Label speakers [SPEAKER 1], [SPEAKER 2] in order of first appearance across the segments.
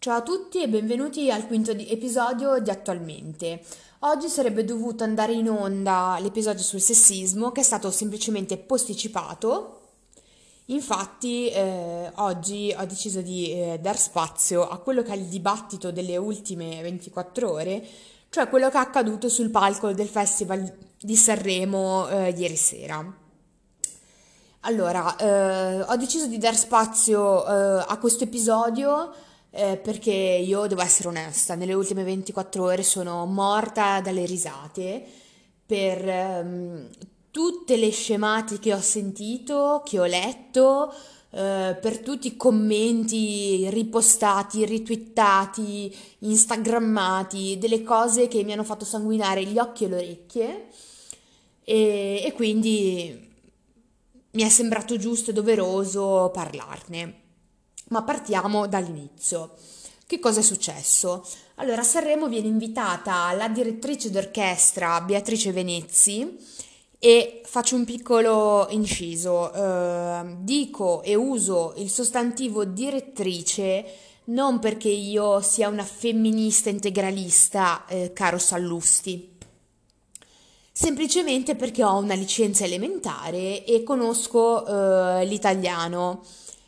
[SPEAKER 1] Ciao a tutti e benvenuti al quinto episodio di Attualmente. Oggi sarebbe dovuto andare in onda l'episodio sul sessismo che è stato semplicemente posticipato. Infatti, oggi ho deciso di dar spazio a quello che è il dibattito delle ultime 24 ore, cioè quello che è accaduto sul palco del Festival di Sanremo ieri sera. Allora, ho deciso di dar spazio a questo episodio perché io devo essere onesta, nelle ultime 24 ore sono morta dalle risate per tutte le scemate che ho sentito, che ho letto, per tutti i commenti ripostati, ritwittati, instagrammati, delle cose che mi hanno fatto sanguinare gli occhi e le orecchie e quindi mi è sembrato giusto e doveroso parlarne. Ma partiamo dall'inizio. Che cosa è successo? Allora, a Sanremo viene invitata la direttrice d'orchestra Beatrice Venezzi e faccio un piccolo inciso. Dico e uso il sostantivo direttrice non perché io sia una femminista integralista, caro Sallusti, semplicemente perché ho una licenza elementare e conosco l'italiano.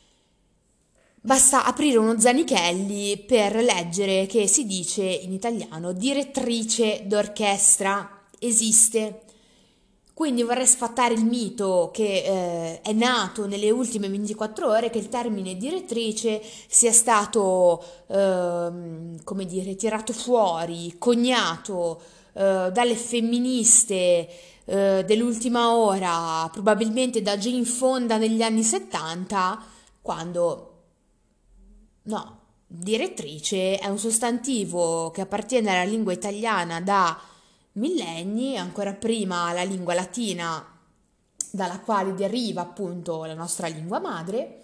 [SPEAKER 1] Basta aprire uno Zanichelli per leggere che si dice in italiano direttrice d'orchestra, esiste. Quindi vorrei sfatare il mito che è nato nelle ultime 24 ore che il termine direttrice sia stato, come dire, tirato fuori, coniato dalle femministe dell'ultima ora, probabilmente da Jane Fonda negli anni 70, quando no, direttrice è un sostantivo che appartiene alla lingua italiana da millenni, ancora prima alla lingua latina, dalla quale deriva appunto la nostra lingua madre.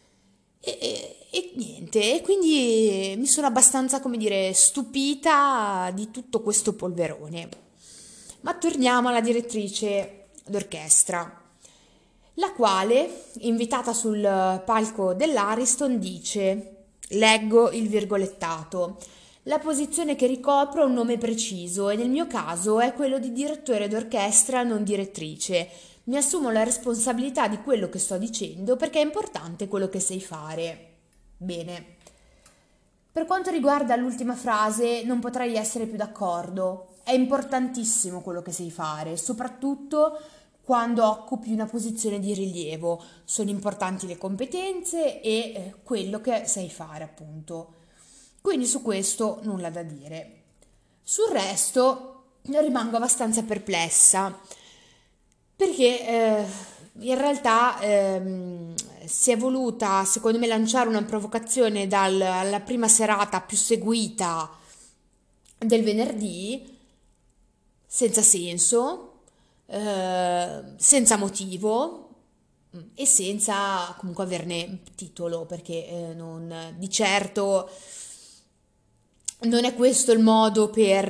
[SPEAKER 1] E niente, e quindi mi sono abbastanza, come dire, stupita di tutto questo polverone. Ma torniamo alla direttrice d'orchestra, la quale, invitata sul palco dell'Ariston, dice, leggo il virgolettato, la posizione che ricopro ha un nome preciso e nel mio caso è quello di direttore d'orchestra, non direttrice. Mi assumo la responsabilità di quello che sto dicendo perché è importante quello che sai fare. Bene. Per quanto riguarda l'ultima frase, non potrei essere più d'accordo. È importantissimo quello che sai fare, soprattutto quando occupi una posizione di rilievo. Sono importanti le competenze e quello che sai fare, appunto. Quindi su questo nulla da dire. Sul resto rimango abbastanza perplessa perché in realtà si è voluta, secondo me, lanciare una provocazione dalla prima serata più seguita del venerdì, senza senso, senza motivo e senza comunque averne titolo, perché di certo non è questo il modo per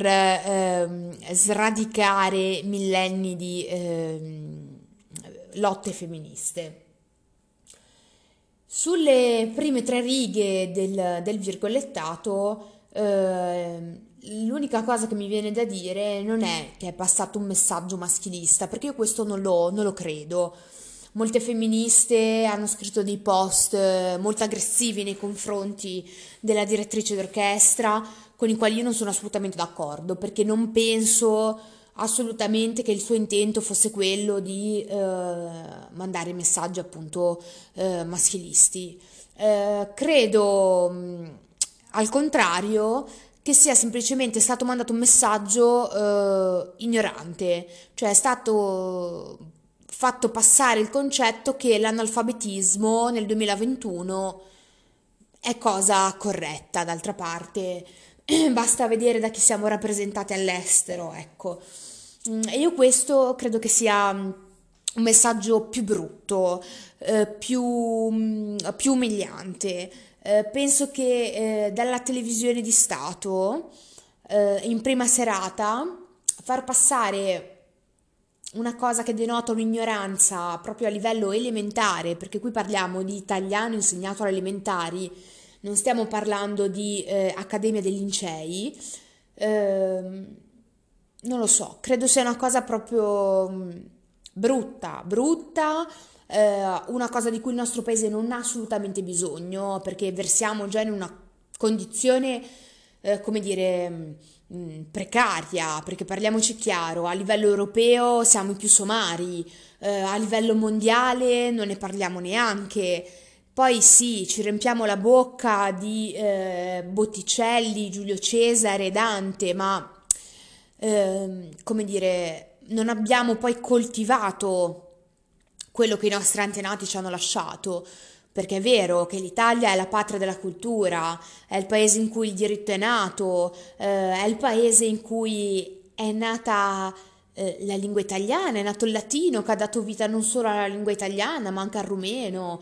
[SPEAKER 1] sradicare millenni di lotte femministe. Sulle prime tre righe del virgolettato, l'unica cosa che mi viene da dire non è che è passato un messaggio maschilista, perché io questo non lo credo. Molte femministe hanno scritto dei post molto aggressivi nei confronti della direttrice d'orchestra, con i quali io non sono assolutamente d'accordo, perché non penso assolutamente che il suo intento fosse quello di mandare messaggi appunto maschilisti. Credo al contrario che sia semplicemente stato mandato un messaggio ignorante, cioè è stato fatto passare il concetto che l'analfabetismo nel 2021 è cosa corretta, d'altra parte basta vedere da chi siamo rappresentati all'estero, ecco. E io questo credo che sia un messaggio più brutto, più umiliante. Penso che dalla televisione di Stato, in prima serata, far passare una cosa che denota un'ignoranza proprio a livello elementare, perché qui parliamo di italiano insegnato alle elementari, non stiamo parlando di Accademia dei Lincei. Non lo so, credo sia una cosa proprio brutta, brutta, una cosa di cui il nostro paese non ha assolutamente bisogno, perché versiamo già in una condizione, come dire, precaria, perché parliamoci chiaro, a livello europeo siamo i più somari, a livello mondiale non ne parliamo neanche. Poi sì, ci riempiamo la bocca di Botticelli, Giulio Cesare, Dante, ma come dire, non abbiamo poi coltivato quello che i nostri antenati ci hanno lasciato, perché è vero che l'Italia è la patria della cultura, è il paese in cui il diritto è nato, è il paese in cui è nata la lingua italiana, è nato il latino che ha dato vita non solo alla lingua italiana, ma anche al rumeno,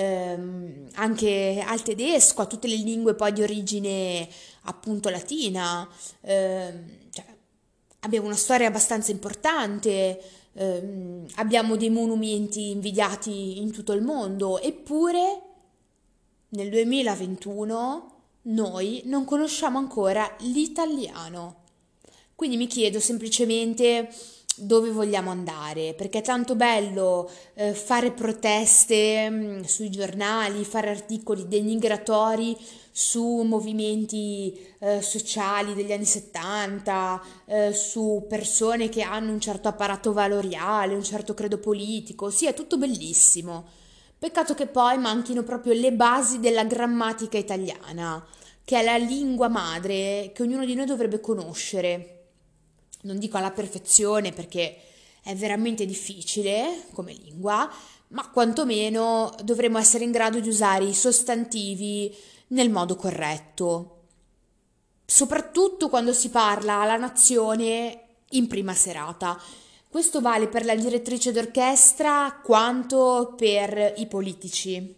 [SPEAKER 1] anche al tedesco, a tutte le lingue poi di origine appunto latina. Cioè, abbiamo una storia abbastanza importante, abbiamo dei monumenti invidiati in tutto il mondo, eppure nel 2021 noi non conosciamo ancora l'italiano. Quindi mi chiedo semplicemente dove vogliamo andare, perché è tanto bello fare proteste sui giornali, fare articoli denigratori su movimenti sociali degli anni 70, su persone che hanno un certo apparato valoriale, un certo credo politico. Sì, è tutto bellissimo. Peccato che poi manchino proprio le basi della grammatica italiana, che è la lingua madre che ognuno di noi dovrebbe conoscere. Non dico alla perfezione perché è veramente difficile come lingua, ma quantomeno dovremmo essere in grado di usare i sostantivi nel modo corretto, soprattutto quando si parla alla nazione in prima serata. Questo vale per la direttrice d'orchestra quanto per i politici,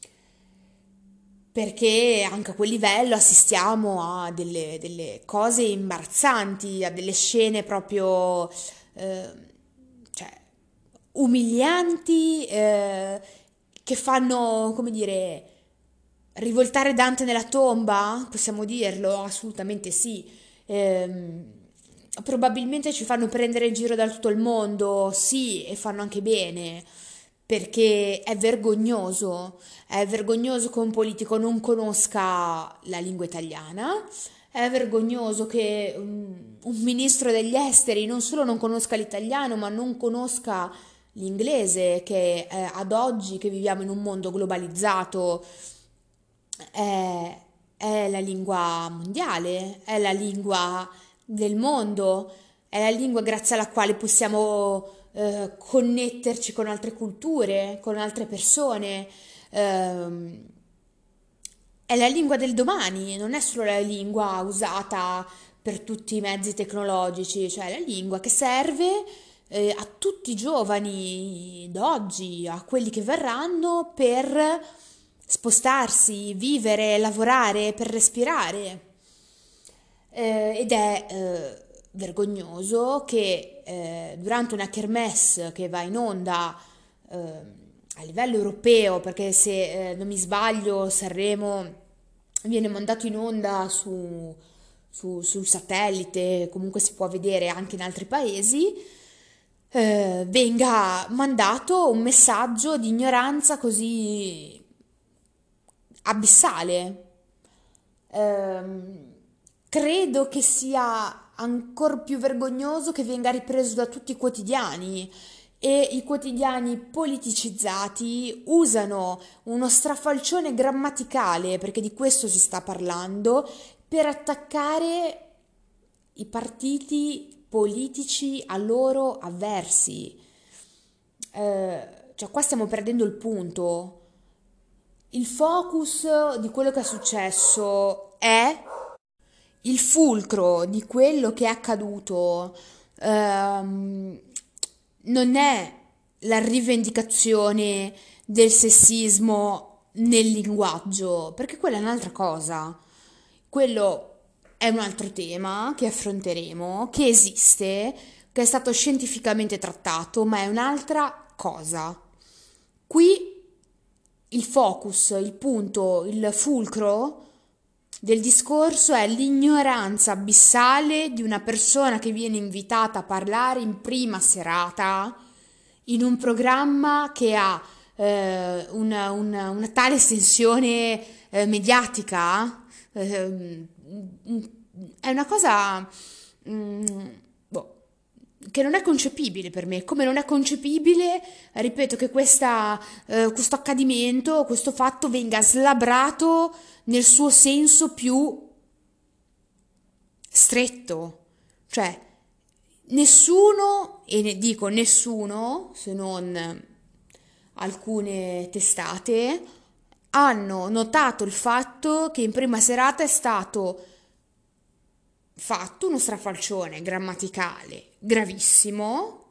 [SPEAKER 1] perché anche a quel livello assistiamo a delle cose imbarazzanti, a delle scene proprio eh, cioè, umilianti, che fanno, come dire, rivoltare Dante nella tomba? Possiamo dirlo? Assolutamente sì. Probabilmente ci fanno prendere in giro da tutto il mondo, sì, e fanno anche bene, perché è vergognoso che un politico non conosca la lingua italiana, è vergognoso che un ministro degli esteri non solo non conosca l'italiano, ma non conosca l'inglese, che ad oggi che viviamo in un mondo globalizzato è la lingua mondiale, è la lingua del mondo, è la lingua grazie alla quale possiamo connetterci con altre culture, con altre persone. Ehm, è la lingua del domani, non è solo la lingua usata per tutti i mezzi tecnologici, cioè è la lingua che serve a tutti i giovani d'oggi, a quelli che verranno per spostarsi, vivere, lavorare, per respirare. Ed è vergognoso che durante una kermesse che va in onda a livello europeo, perché se non mi sbaglio Sanremo viene mandato in onda sul satellite, comunque si può vedere anche in altri paesi, venga mandato un messaggio di ignoranza così abissale. Ehm, Credo che sia ancora più vergognoso che venga ripreso da tutti i quotidiani e i quotidiani politicizzati usano uno strafalcione grammaticale, perché di questo si sta parlando, per attaccare i partiti politici a loro avversi. Cioè qua stiamo perdendo il punto. Il focus di quello che è successo è il fulcro di quello che è accaduto, ehm, non è la rivendicazione del sessismo nel linguaggio, perché quella è un'altra cosa. Quello è un altro tema che affronteremo, che esiste, che è stato scientificamente trattato, ma è un'altra cosa. Qui il focus, il punto, il fulcro del discorso è l'ignoranza abissale di una persona che viene invitata a parlare in prima serata in un programma che ha una tale estensione mediatica. È una cosa mm, boh, che non è concepibile per me, come non è concepibile, ripeto, che questo accadimento, questo fatto venga slabrato nel suo senso più stretto. Cioè, nessuno, e ne dico nessuno, se non alcune testate, hanno notato il fatto che in prima serata è stato fatto uno strafalcione grammaticale gravissimo,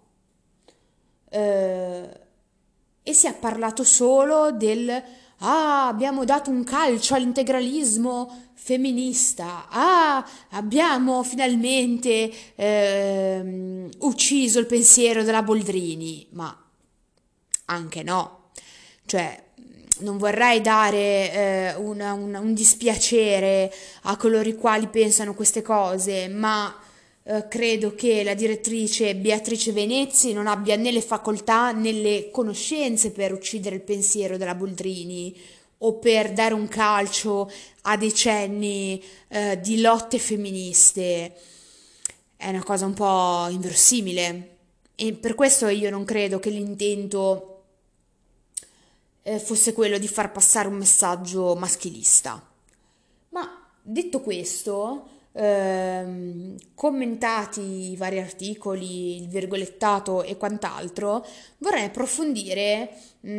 [SPEAKER 1] eh, e si è parlato solo del abbiamo dato un calcio all'integralismo femminista, abbiamo finalmente ucciso il pensiero della Boldrini, ma anche no, cioè non vorrei dare un dispiacere a coloro i quali pensano queste cose, ma credo che la direttrice Beatrice Venezzi non abbia né le facoltà né le conoscenze per uccidere il pensiero della Boldrini o per dare un calcio a decenni di lotte femministe. È una cosa un po' inverosimile e per questo io non credo che l'intento fosse quello di far passare un messaggio maschilista. Ma detto questo, commentati i vari articoli, il virgolettato e quant'altro, vorrei approfondire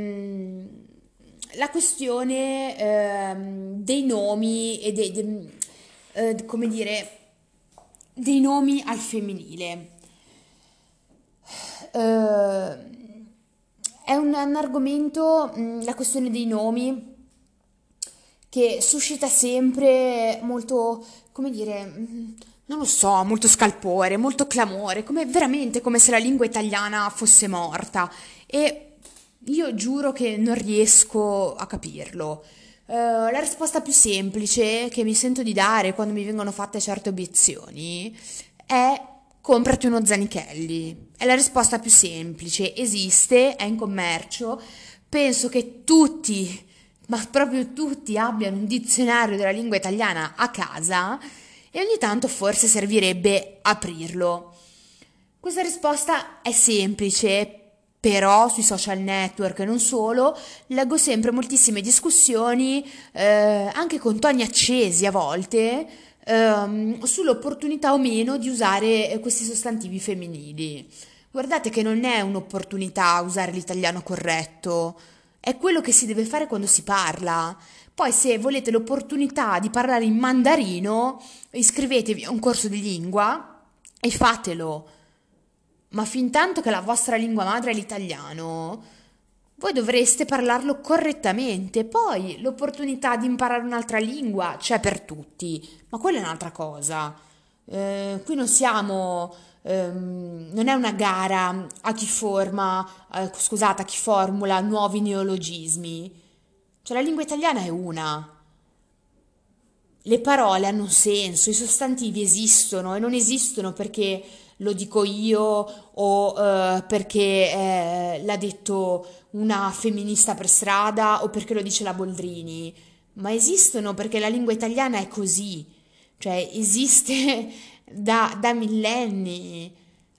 [SPEAKER 1] la questione dei nomi e come dire, dei nomi al femminile. Eh, è un argomento, la questione dei nomi, che suscita sempre molto, come dire, non lo so, molto scalpore, molto clamore, come veramente come se la lingua italiana fosse morta. E io giuro che non riesco a capirlo. La risposta più semplice che mi sento di dare quando mi vengono fatte certe obiezioni è comprati uno Zanichelli. È la risposta più semplice, esiste, è in commercio. Penso che tutti, ma proprio tutti, abbiano un dizionario della lingua italiana a casa e ogni tanto forse servirebbe aprirlo. Questa risposta è semplice, però sui social network e non solo, leggo sempre moltissime discussioni, anche con toni accesi a volte, sull'opportunità o meno di usare questi sostantivi femminili. Guardate che non è un'opportunità usare l'italiano corretto, è quello che si deve fare quando si parla. Poi se volete l'opportunità di parlare in mandarino, iscrivetevi a un corso di lingua e fatelo. Ma fintanto che la vostra lingua madre è l'italiano, voi dovreste parlarlo correttamente. Poi l'opportunità di imparare un'altra lingua c'è per tutti, ma quella è un'altra cosa. Qui non siamo, non è una gara a chi scusate, a chi formula nuovi neologismi. Cioè la lingua italiana è una. Le parole hanno un senso, i sostantivi esistono e non esistono perché lo dico io o perché l'ha detto una femminista per strada o perché lo dice la Boldrini, ma esistono perché la lingua italiana è così, cioè esiste da millenni.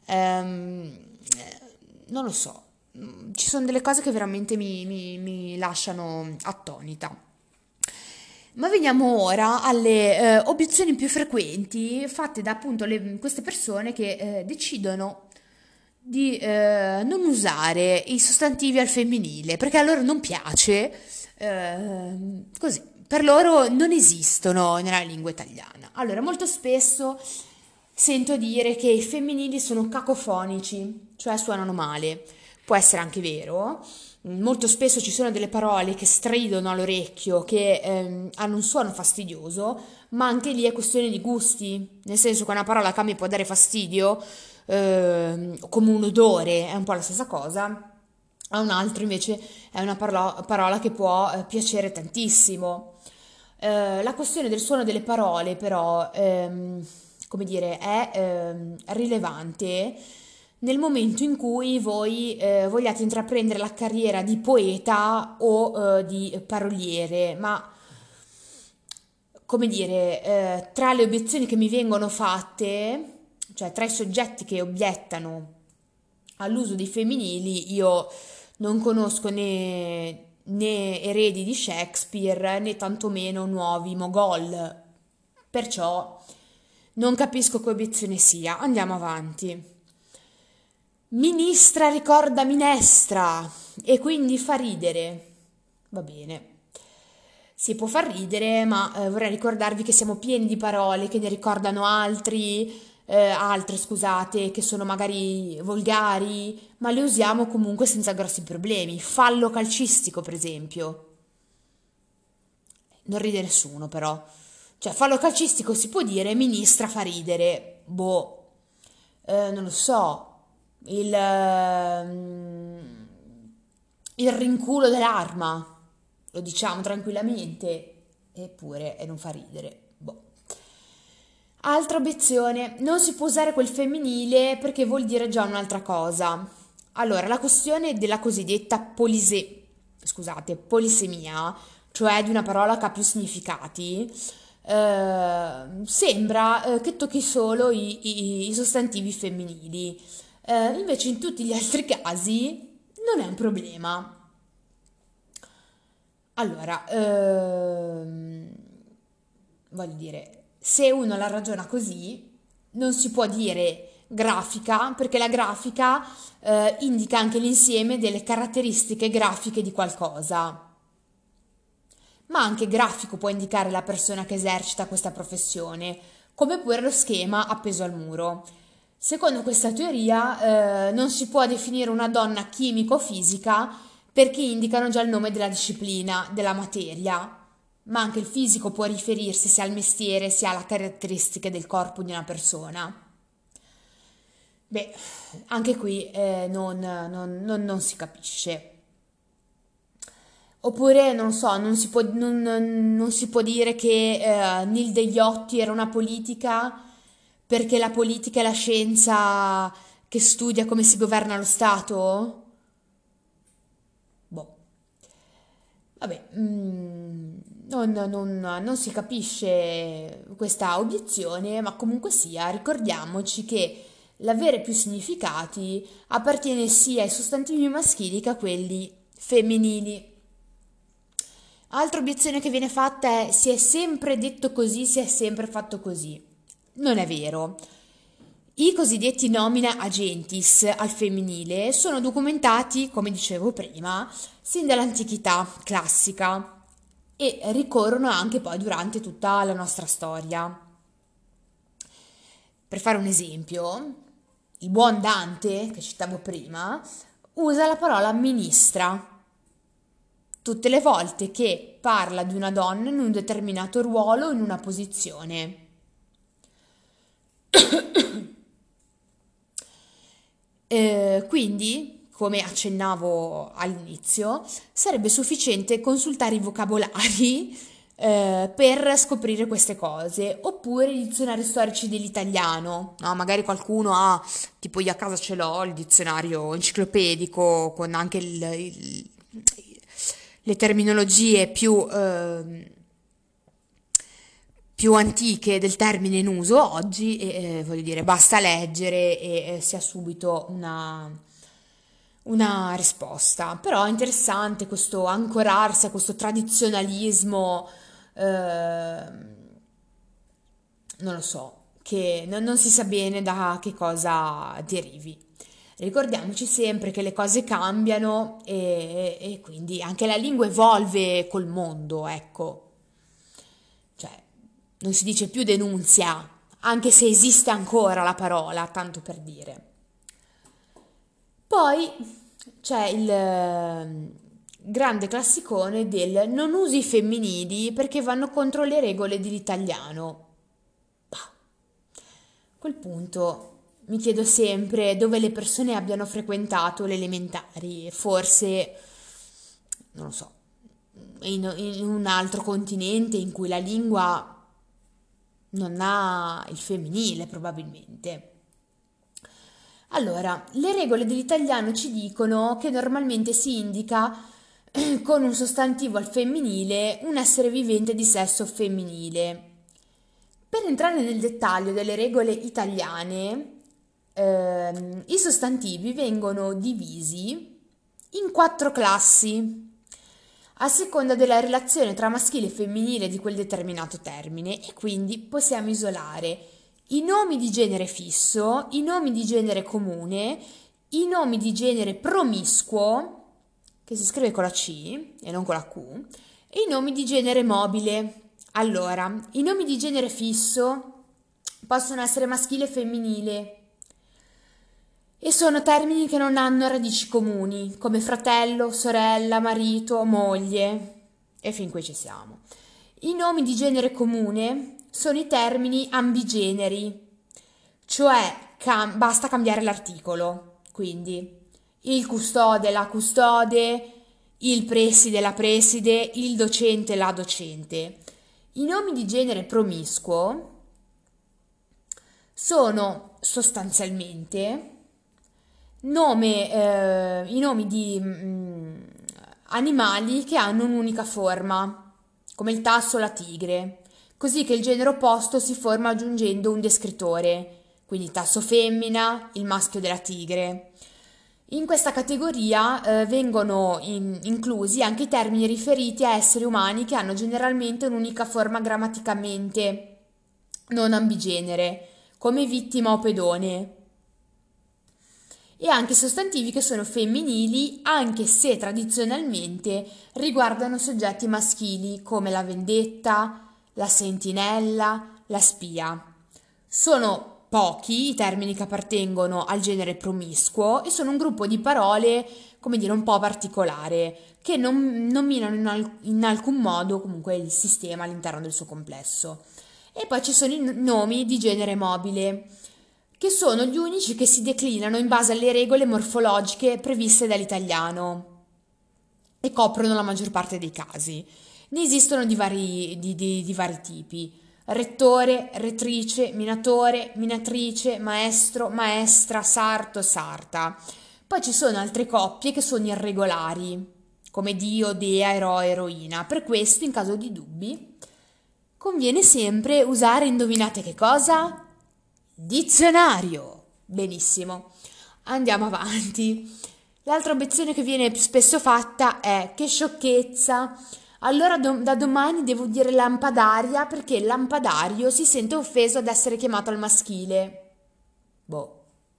[SPEAKER 1] Non lo so, ci sono delle cose che veramente mi lasciano attonita. Ma veniamo ora alle obiezioni più frequenti fatte da appunto queste persone che decidono di non usare i sostantivi al femminile perché a loro non piace, così, per loro non esistono nella lingua italiana. Allora, molto spesso sento dire che i femminili sono cacofonici, cioè suonano male. Può essere anche vero. Molto spesso ci sono delle parole che stridono all'orecchio, che hanno un suono fastidioso, ma anche lì è questione di gusti. Nel senso che una parola che a me può dare fastidio, come un odore, è un po' la stessa cosa, a un altro invece è una parola che può piacere tantissimo. La questione del suono delle parole, però, come dire, è rilevante nel momento in cui voi vogliate intraprendere la carriera di poeta o di paroliere, ma come dire, tra le obiezioni che mi vengono fatte, cioè tra i soggetti che obiettano all'uso dei femminili, io non conosco né eredi di Shakespeare né tantomeno nuovi Mogol, perciò non capisco che obiezione sia. Andiamo avanti. Ministra ricorda minestra e quindi fa ridere. Va bene. Si può far ridere, ma vorrei ricordarvi che siamo pieni di parole che ne ricordano altre, scusate, che sono magari volgari, ma le usiamo comunque senza grossi problemi. Fallo calcistico, per esempio. Non ride nessuno, però. Cioè, fallo calcistico si può dire, ministra fa ridere. Boh, non lo so. Il rinculo dell'arma, lo diciamo tranquillamente, eppure non fa ridere. Boh. Altra obiezione, non si può usare quel femminile perché vuol dire già un'altra cosa. Allora, la questione della cosiddetta polisemia, cioè di una parola che ha più significati, sembra che tocchi solo i sostantivi femminili. Invece in tutti gli altri casi non è un problema. Allora, voglio dire, se uno la ragiona così, non si può dire grafica, perché la grafica indica anche l'insieme delle caratteristiche grafiche di qualcosa. Ma anche grafico può indicare la persona che esercita questa professione, come pure lo schema appeso al muro. Secondo questa teoria, non si può definire una donna chimico-fisica perché indicano già il nome della disciplina, della materia, ma anche il fisico può riferirsi sia al mestiere sia alle caratteristiche del corpo di una persona. Beh, anche qui non si capisce. Oppure, non so, non si può dire che Nilde Iotti era una politica perché la politica è la scienza che studia come si governa lo Stato? Boh, vabbè, non si capisce questa obiezione, ma comunque sia, ricordiamoci che l'avere più significati appartiene sia ai sostantivi maschili che a quelli femminili. Altra obiezione che viene fatta è si è sempre detto così, si è sempre fatto così. Non è vero. I cosiddetti nomina agentis al femminile sono documentati, come dicevo prima, sin dall'antichità classica e ricorrono anche poi durante tutta la nostra storia. Per fare un esempio, il buon Dante, che citavo prima, usa la parola ministra tutte le volte che parla di una donna in un determinato ruolo o in una posizione. Quindi, come accennavo all'inizio, sarebbe sufficiente consultare i vocabolari per scoprire queste cose, oppure i dizionari storici dell'italiano. No, magari qualcuno ha, tipo io a casa ce l'ho, il dizionario enciclopedico con anche le terminologie più antiche del termine in uso oggi e voglio dire, basta leggere e si ha subito una risposta. Però è interessante questo ancorarsi a questo tradizionalismo, non lo so, che non si sa bene da che cosa derivi. Ricordiamoci sempre che le cose cambiano e quindi anche la lingua evolve col mondo, ecco. Cioè, non si dice più denunzia, anche se esiste ancora la parola, tanto per dire. Poi c'è il grande classicone del non usi i femminili perché vanno contro le regole dell'italiano. Bah, a quel punto mi chiedo sempre dove le persone abbiano frequentato le elementari, forse, non lo so, in un altro continente in cui la lingua non ha il femminile probabilmente. Allora, le regole dell'italiano ci dicono che normalmente si indica con un sostantivo al femminile un essere vivente di sesso femminile. Per entrare nel dettaglio delle regole italiane, i sostantivi vengono divisi in 4 classi a seconda della relazione tra maschile e femminile di quel determinato termine, e quindi possiamo isolare i nomi di genere fisso, i nomi di genere comune, i nomi di genere promiscuo, che si scrive con la C e non con la Q, e i nomi di genere mobile. Allora, i nomi di genere fisso possono essere maschile e femminile e sono termini che non hanno radici comuni, come fratello, sorella, marito, moglie, e fin qui ci siamo. I nomi di genere comune sono i termini ambigeneri, cioè basta cambiare l'articolo, quindi il custode, la custode, il preside, la preside, il docente, la docente. I nomi di genere promiscuo sono sostanzialmente i nomi di animali che hanno un'unica forma, come il tasso o la tigre, così che il genere opposto si forma aggiungendo un descrittore, quindi il tasso femmina, il maschio della tigre. In questa categoria vengono inclusi anche i termini riferiti a esseri umani che hanno generalmente un'unica forma grammaticalmente non ambigenere, come vittima o pedone, e anche sostantivi che sono femminili, anche se tradizionalmente riguardano soggetti maschili, come la vendetta, la sentinella, la spia. Sono pochi i termini che appartengono al genere promiscuo e sono un gruppo di parole, come dire, un po' particolare, che non minano in alcun modo comunque il sistema all'interno del suo complesso. E poi ci sono i nomi di genere mobile, che sono gli unici che si declinano in base alle regole morfologiche previste dall'italiano e coprono la maggior parte dei casi. Ne esistono di vari tipi: rettore, rettrice, minatore, minatrice, maestro, maestra, sarto, sarta. Poi ci sono altre coppie che sono irregolari, come dio, dea, eroe, eroina. Per questo, in caso di dubbi, conviene sempre usare, indovinate che cosa? Dizionario. Benissimo, andiamo avanti. L'altra obiezione che viene spesso fatta è: che sciocchezza, allora da domani devo dire lampadaria perché il lampadario si sente offeso ad essere chiamato al maschile. Boh.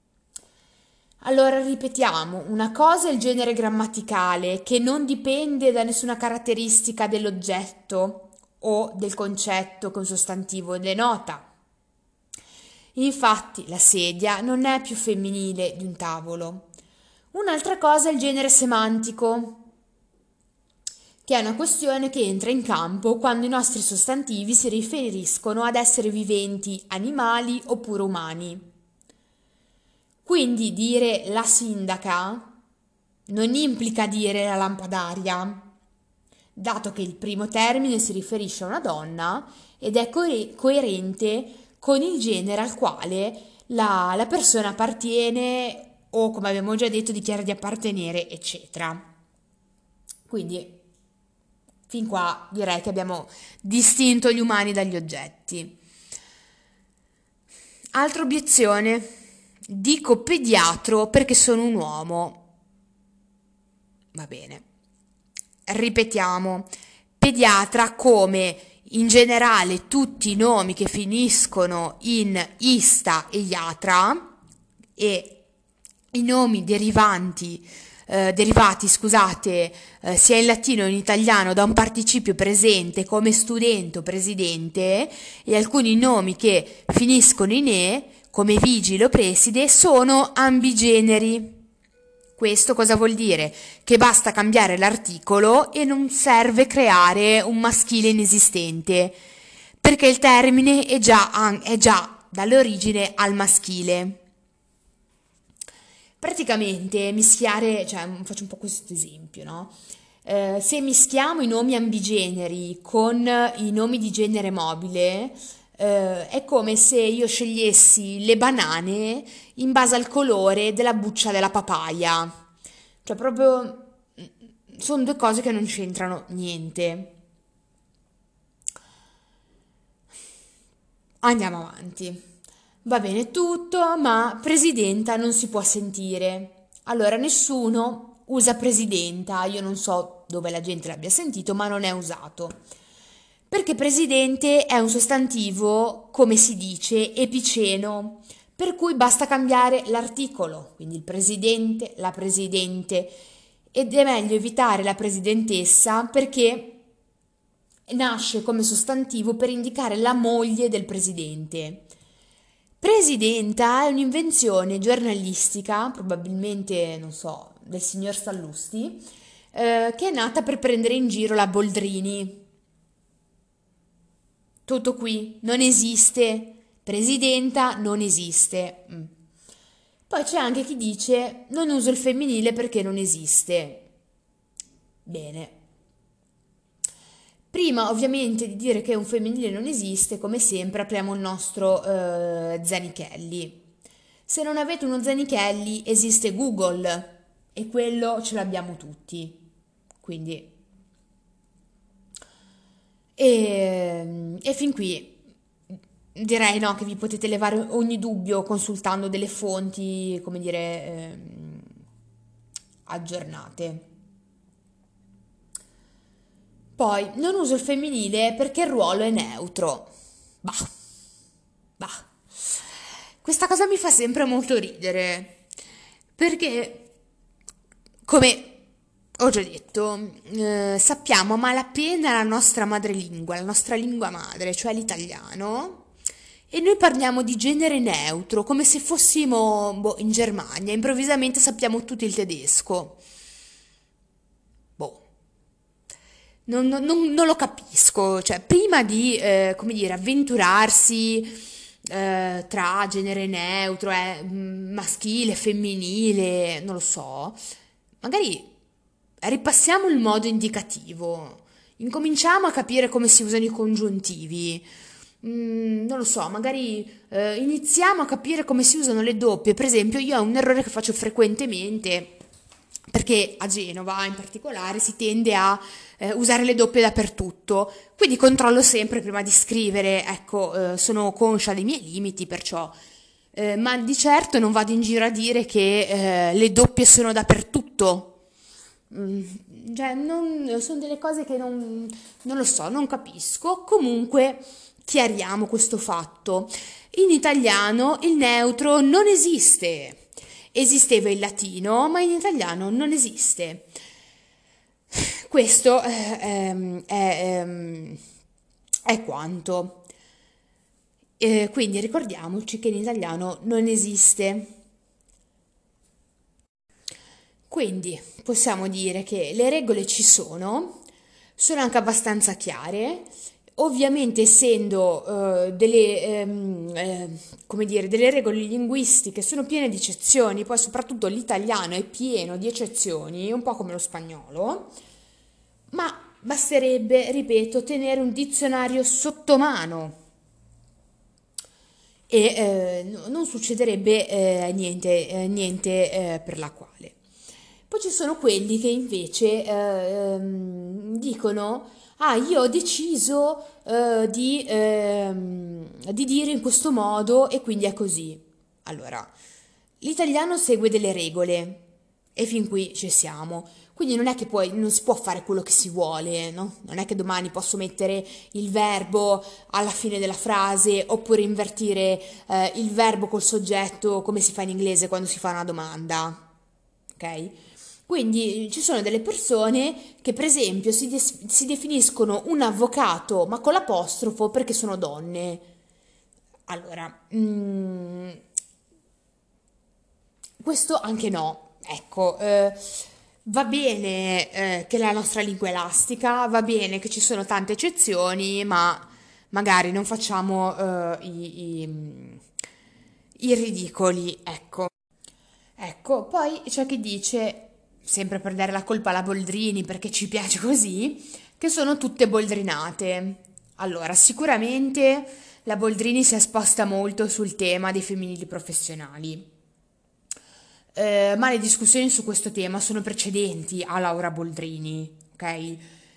[SPEAKER 1] Allora ripetiamo, una cosa è il genere grammaticale, che non dipende da nessuna caratteristica dell'oggetto o del concetto che un sostantivo denota. Infatti la sedia non è più femminile di un tavolo. Un'altra cosa è il genere semantico, che è una questione che entra in campo quando i nostri sostantivi si riferiscono ad esseri viventi, animali oppure umani. Quindi dire la sindaca non implica dire la lampadaria, dato che il primo termine si riferisce a una donna ed è coerente con il genere al quale la persona appartiene o, come abbiamo già detto, dichiara di appartenere, eccetera. Quindi fin qua direi che abbiamo distinto gli umani dagli oggetti. Altra obiezione: dico pediatro perché sono un uomo. Va bene. Ripetiamo, pediatra, come in generale tutti i nomi che finiscono in ista e iatra, e i nomi derivati, sia in latino che in italiano da un participio presente, come studente o presidente, e alcuni nomi che finiscono in e, come vigile o preside, sono ambigeneri. Questo cosa vuol dire? Che basta cambiare l'articolo e non serve creare un maschile inesistente, perché il termine è già dall'origine al maschile. Praticamente mischiare, cioè faccio un po' questo esempio, no? Se mischiamo i nomi ambigeneri con i nomi di genere mobile, è come se io scegliessi le banane in base al colore della buccia della papaya. Cioè proprio sono due cose che non c'entrano niente. Andiamo avanti. Va bene tutto, ma presidenta non si può sentire. Allora nessuno usa presidenta, io non so dove la gente l'abbia sentito, ma non è usato. Perché presidente è un sostantivo, come si dice, epiceno, per cui basta cambiare l'articolo, quindi il presidente, la presidente, ed è meglio evitare la presidentessa perché nasce come sostantivo per indicare la moglie del presidente. Presidenta è un'invenzione giornalistica, probabilmente, non so, del signor Sallusti, che è nata per prendere in giro la Boldrini. Tutto qui, non esiste. Presidenta non esiste. Poi c'è anche chi dice non uso il femminile perché non esiste. Bene. Prima ovviamente di dire che un femminile non esiste, come sempre apriamo il nostro Zanichelli. Se non avete uno Zanichelli esiste Google e quello ce l'abbiamo tutti. Quindi, e fin qui direi no, che vi potete levare ogni dubbio consultando delle fonti, come dire, aggiornate. Poi, non uso il femminile perché il ruolo è neutro. Bah, bah. Questa cosa mi fa sempre molto ridere, perché, come ho già detto, sappiamo a malapena la nostra madrelingua, la nostra lingua madre, cioè l'italiano, e noi parliamo di genere neutro, come se fossimo, boh, in Germania, improvvisamente sappiamo tutti il tedesco. Boh. Non lo capisco, cioè prima di, come dire, avventurarsi tra genere neutro, maschile, femminile, non lo so, magari ripassiamo il modo indicativo, incominciamo a capire come si usano i congiuntivi. Non lo so, magari iniziamo a capire come si usano le doppie. Per esempio, io ho un errore che faccio frequentemente, perché a Genova in particolare si tende a usare le doppie dappertutto, quindi controllo sempre prima di scrivere, ecco, sono conscia dei miei limiti, perciò, ma di certo non vado in giro a dire che le doppie sono dappertutto. Mm, cioè, sono delle cose che non lo so, non capisco. Comunque, chiariamo questo fatto. In italiano il neutro non esiste. Esisteva in latino, ma in italiano non esiste. Questo è quanto. Quindi ricordiamoci che in italiano non esiste. Quindi possiamo dire che le regole ci sono anche abbastanza chiare. Ovviamente, essendo come dire, delle regole linguistiche, sono piene di eccezioni, poi soprattutto l'italiano è pieno di eccezioni, un po' come lo spagnolo, ma basterebbe, ripeto, tenere un dizionario sotto mano e non succederebbe niente per la quale. Poi ci sono quelli che invece dicono: Ah, io ho deciso di dire in questo modo e quindi è così. Allora, l'italiano segue delle regole e fin qui ci siamo. Quindi non è che poi non si può fare quello che si vuole, no? Non è che domani posso mettere il verbo alla fine della frase oppure invertire il verbo col soggetto come si fa in inglese quando si fa una domanda. Ok? Quindi ci sono delle persone che per esempio si definiscono un avvocato ma con l'apostrofo perché sono donne. Allora, questo anche no. Ecco, va bene che la nostra lingua è elastica, va bene che ci sono tante eccezioni, ma magari non facciamo i ridicoli, ecco. Ecco, poi c'è chi dice, sempre per dare la colpa alla Boldrini perché ci piace così, che sono tutte boldrinate. Allora, sicuramente la Boldrini si è esposta molto sul tema dei femminili professionali. Ma le discussioni su questo tema sono precedenti a Laura Boldrini, ok?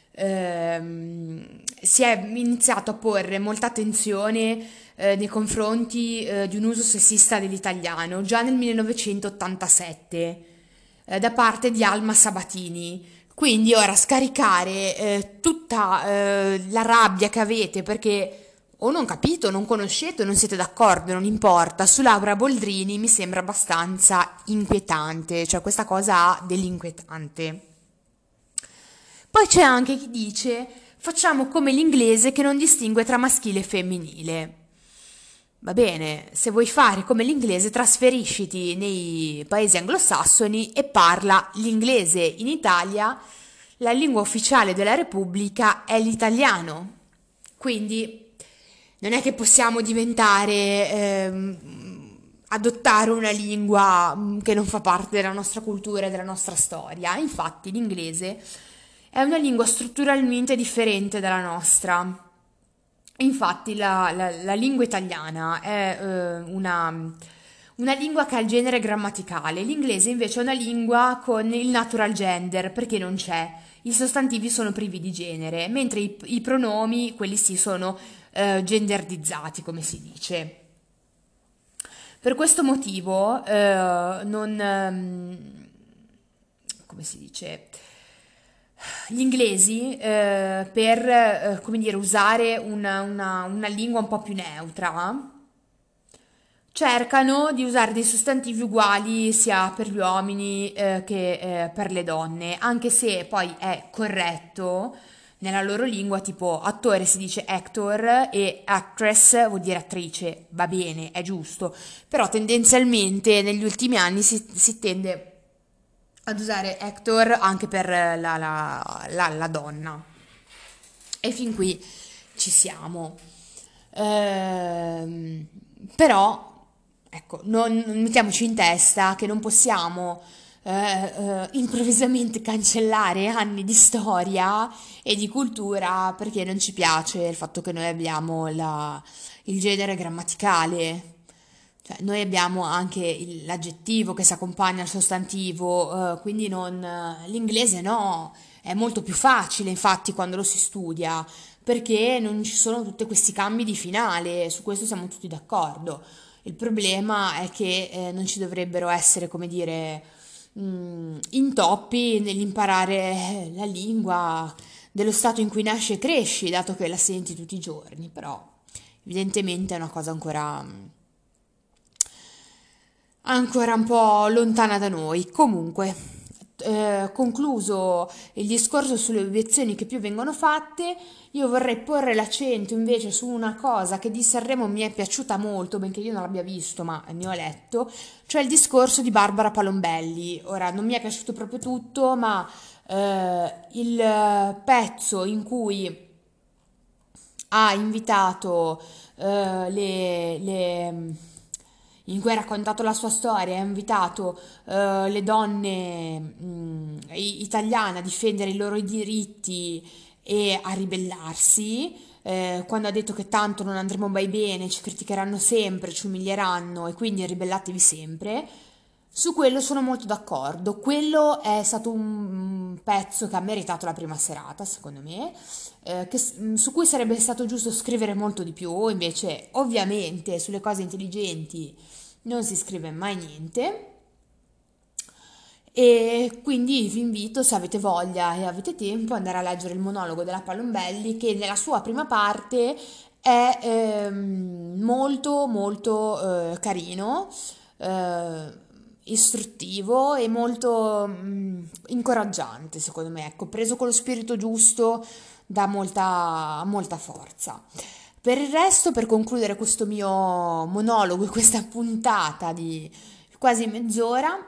[SPEAKER 1] Si è iniziato a porre molta attenzione nei confronti di un uso sessista dell'italiano già nel 1987 da parte di Alma Sabatini. Quindi ora scaricare tutta la rabbia che avete perché o non capito, non conoscete, non siete d'accordo, non importa, su Laura Boldrini mi sembra abbastanza inquietante, cioè questa cosa ha dell'inquietante. Poi c'è anche chi dice facciamo come l'inglese che non distingue tra maschile e femminile. Va bene, se vuoi fare come l'inglese trasferisciti nei paesi anglosassoni e parla l'inglese in Italia, la lingua ufficiale della Repubblica è l'italiano. Quindi non è che possiamo diventare, adottare una lingua che non fa parte della nostra cultura e della nostra storia. Infatti l'inglese è una lingua strutturalmente differente dalla nostra. Infatti la lingua italiana è una lingua che ha il genere grammaticale, l'inglese invece è una lingua con il natural gender perché non c'è. I sostantivi sono privi di genere, mentre i pronomi, quelli sì, sono genderdizzati, come si dice. Per questo motivo non, come si dice, gli inglesi per come dire, usare una lingua un po' più neutra cercano di usare dei sostantivi uguali sia per gli uomini che per le donne, anche se poi è corretto nella loro lingua, tipo attore si dice actor e actress vuol dire attrice, va bene, è giusto, però tendenzialmente negli ultimi anni si tende ad usare actor anche per la donna. E fin qui ci siamo. Ehm, Però, ecco, non mettiamoci in testa che non possiamo improvvisamente cancellare anni di storia e di cultura perché non ci piace il fatto che noi abbiamo il genere grammaticale. Cioè, noi abbiamo anche l'aggettivo che si accompagna al sostantivo, quindi l'inglese no, è molto più facile infatti quando lo si studia, perché non ci sono tutti questi cambi di finale, su questo siamo tutti d'accordo. Il problema è che non ci dovrebbero essere, come dire, intoppi nell'imparare la lingua dello stato in cui nasci e cresci, dato che la senti tutti i giorni, però evidentemente è una cosa ancora un po' lontana da noi. Comunque, concluso il discorso sulle obiezioni che più vengono fatte, io vorrei porre l'accento invece su una cosa che di Sanremo mi è piaciuta molto, benché io non l'abbia visto, ma ne ho letto, cioè il discorso di Barbara Palombelli. Ora, non mi è piaciuto proprio tutto, ma il pezzo in cui ha invitato in cui ha raccontato la sua storia, ha invitato le donne italiane a difendere i loro diritti e a ribellarsi, quando ha detto che tanto non andremo mai bene, ci criticheranno sempre, ci umilieranno e quindi ribellatevi sempre. Su quello sono molto d'accordo. Quello è stato un pezzo che ha meritato la prima serata, secondo me, su cui sarebbe stato giusto scrivere molto di più. Invece, ovviamente, sulle cose intelligenti non si scrive mai niente. E quindi vi invito, se avete voglia e avete tempo, ad andare a leggere il monologo della Palombelli, che nella sua prima parte è molto molto carino, istruttivo e molto incoraggiante, secondo me. Ecco, preso con lo spirito giusto, dà molta forza. Per il resto, per concludere questo mio monologo e questa puntata di quasi mezz'ora,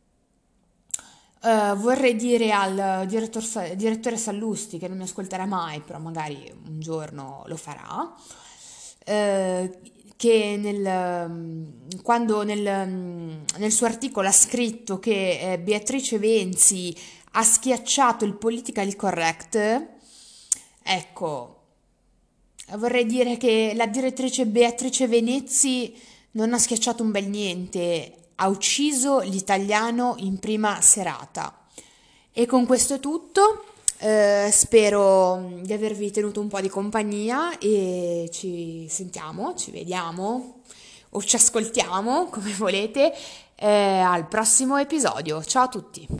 [SPEAKER 1] vorrei dire al direttore Sallusti, che non mi ascolterà mai, però magari un giorno lo farà, eh, che quando nel suo articolo ha scritto che Beatrice Venzi ha schiacciato il politically correct, ecco, vorrei dire che la direttrice Beatrice Venezzi non ha schiacciato un bel niente, ha ucciso l'italiano in prima serata. E con questo è tutto. Spero di avervi tenuto un po' di compagnia e ci sentiamo, ci vediamo o ci ascoltiamo, come volete, al prossimo episodio. Ciao a tutti!